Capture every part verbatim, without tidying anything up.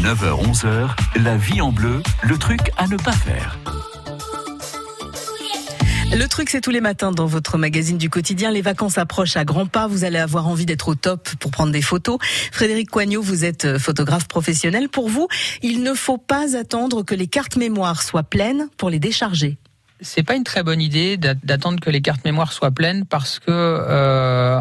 neuf heures onze heures, la vie en bleu, le truc à ne pas faire. Le truc, c'est tous les matins dans votre magazine du quotidien. Les vacances approchent à grands pas. Vous allez avoir envie d'être au top pour prendre des photos. Frédéric Coignot, vous êtes photographe professionnel. Pour vous, il ne faut pas attendre que les cartes mémoire soient pleines pour les décharger. C'est pas une très bonne idée d'attendre que les cartes mémoire soient pleines parce que euh,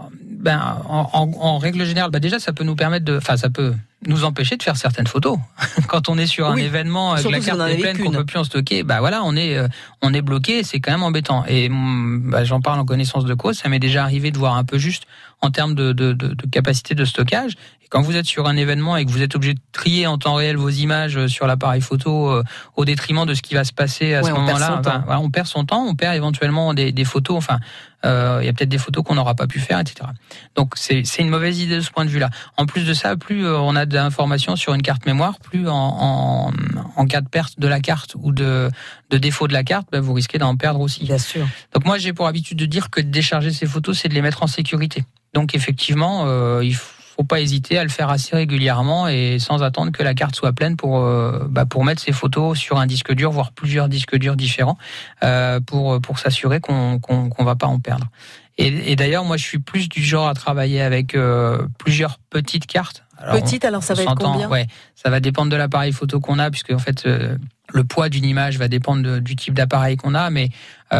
ben, en, en, en règle générale, ben déjà ça peut nous permettre de, enfin ça peut nous empêcher de faire certaines photos. Quand on est sur un oui, événement avec la carte est pleine qu'on peut plus en stocker, bah voilà, on est euh, on est bloqué, c'est quand même embêtant. Et bah, j'en parle en connaissance de cause, ça m'est déjà arrivé de voir un peu juste en termes de, de, de, de capacité de stockage. Et quand vous êtes sur un événement et que vous êtes obligé de trier en temps réel vos images sur l'appareil photo euh, au détriment de ce qui va se passer à ouais, ce moment-là, enfin, voilà, on perd son temps, on perd éventuellement des, des photos. Enfin, euh, il y a peut-être des photos qu'on n'aura pas pu faire, et cetera. Donc c'est c'est une mauvaise idée de ce point de vue-là. En plus de ça, plus euh, on a d'informations sur une carte mémoire, plus en, en, en cas de perte de la carte ou de, de défaut de la carte, ben vous risquez d'en perdre aussi. Bien sûr. Donc moi, j'ai pour habitude de dire que de décharger ces photos, c'est de les mettre en sécurité. Donc effectivement, euh, il faut pas hésiter à le faire assez régulièrement et sans attendre que la carte soit pleine pour euh, bah, pour mettre ces photos sur un disque dur, voire plusieurs disques durs différents, euh, pour pour s'assurer qu'on qu'on qu'on va pas en perdre. Et, et d'ailleurs, moi, je suis plus du genre à travailler avec euh, plusieurs petites cartes. Alors, Petite, alors ça va être combien ? Ouais, ça va dépendre de l'appareil photo qu'on a, puisque en fait, euh, le poids d'une image va dépendre de, du type d'appareil qu'on a. Mais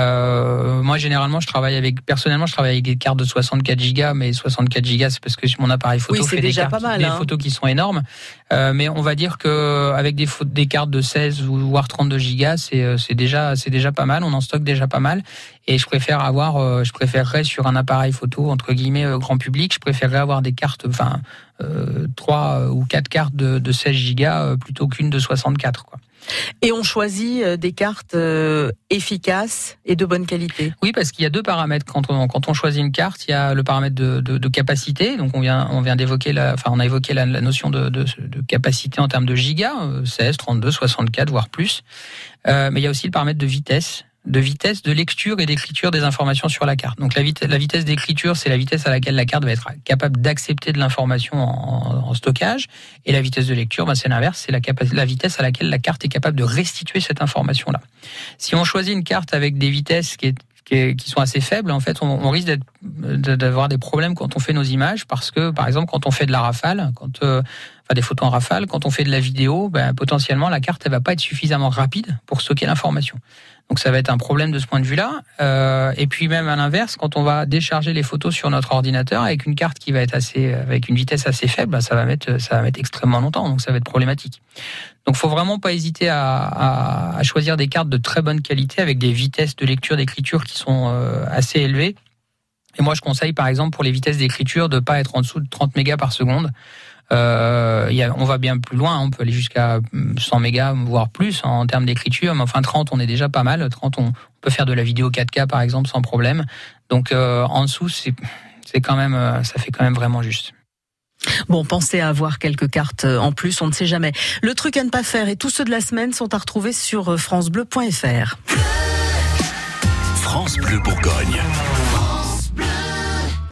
euh, moi, généralement, je travaille avec, personnellement, je travaille avec des cartes de soixante-quatre gigas, mais soixante-quatre gigas, c'est parce que mon appareil photo oui, fait des, cartes, mal, des hein. photos qui sont énormes. Euh, mais on va dire que avec des, des cartes de seize ou voire trente-deux gigas, c'est, c'est déjà, c'est déjà pas mal. On en stocke déjà pas mal. Et je préfère avoir, euh, je préférerais sur un appareil photo entre guillemets euh, grand public, je préférerais avoir des cartes, enfin euh, trois ou quatre cartes de, de seize gigas euh, plutôt qu'une de soixante-quatre, quoi. Et on choisit des cartes efficaces et de bonne qualité. Oui, parce qu'il y a deux paramètres quand on quand on choisit une carte. Il y a le paramètre de, de, de capacité. Donc on vient on vient d'évoquer la, enfin on a évoqué la, la notion de, de, de capacité en termes de gigas, seize, trente-deux, soixante-quatre, voire plus. Euh, mais il y a aussi le paramètre de vitesse. de vitesse de lecture et d'écriture des informations sur la carte. Donc la, vit- la vitesse d'écriture, c'est la vitesse à laquelle la carte va être capable d'accepter de l'information en, en stockage, et la vitesse de lecture, ben c'est l'inverse, c'est la, capa- la vitesse à laquelle la carte est capable de restituer cette information-là. Si on choisit une carte avec des vitesses qui, est, qui, est, qui sont assez faibles, en fait, on, on risque d'être, d'avoir des problèmes quand on fait nos images, parce que, par exemple, quand on fait de la rafale, quand euh, enfin des photos en rafale, quand on fait de la vidéo, ben, potentiellement la carte elle va pas être suffisamment rapide pour stocker l'information. Donc ça va être un problème de ce point de vue-là. Euh, et puis même à l'inverse, quand on va décharger les photos sur notre ordinateur avec une carte qui va être assez, avec une vitesse assez faible, ça va mettre, ça va mettre extrêmement longtemps. Donc ça va être problématique. Donc faut vraiment pas hésiter à, à, à choisir des cartes de très bonne qualité avec des vitesses de lecture, d'écriture qui sont euh, assez élevées. Et moi je conseille par exemple pour les vitesses d'écriture de pas être en dessous de trente mégas par seconde. Euh, y a, on va bien plus loin, on peut aller jusqu'à cent mégas, voire plus en termes d'écriture, mais enfin trente, on est déjà pas mal. trente, on peut faire de la vidéo quatre K par exemple sans problème. Donc euh, en dessous, c'est, c'est quand même, ça fait quand même vraiment juste. Bon, pensez à avoir quelques cartes en plus, on ne sait jamais. Le truc à ne pas faire et tous ceux de la semaine sont à retrouver sur francebleu point fr. France Bleu Bourgogne.